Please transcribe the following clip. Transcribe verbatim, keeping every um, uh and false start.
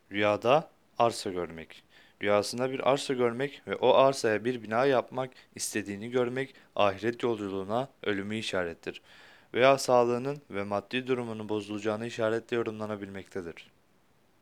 Rüyada arsa görmek. Rüyasında bir arsa görmek ve o arsaya bir bina yapmak istediğini görmek ahiret yolculuğuna, ölümü işarettir. Veya sağlığının ve maddi durumunun bozulacağını işaretle yorumlanabilmektedir.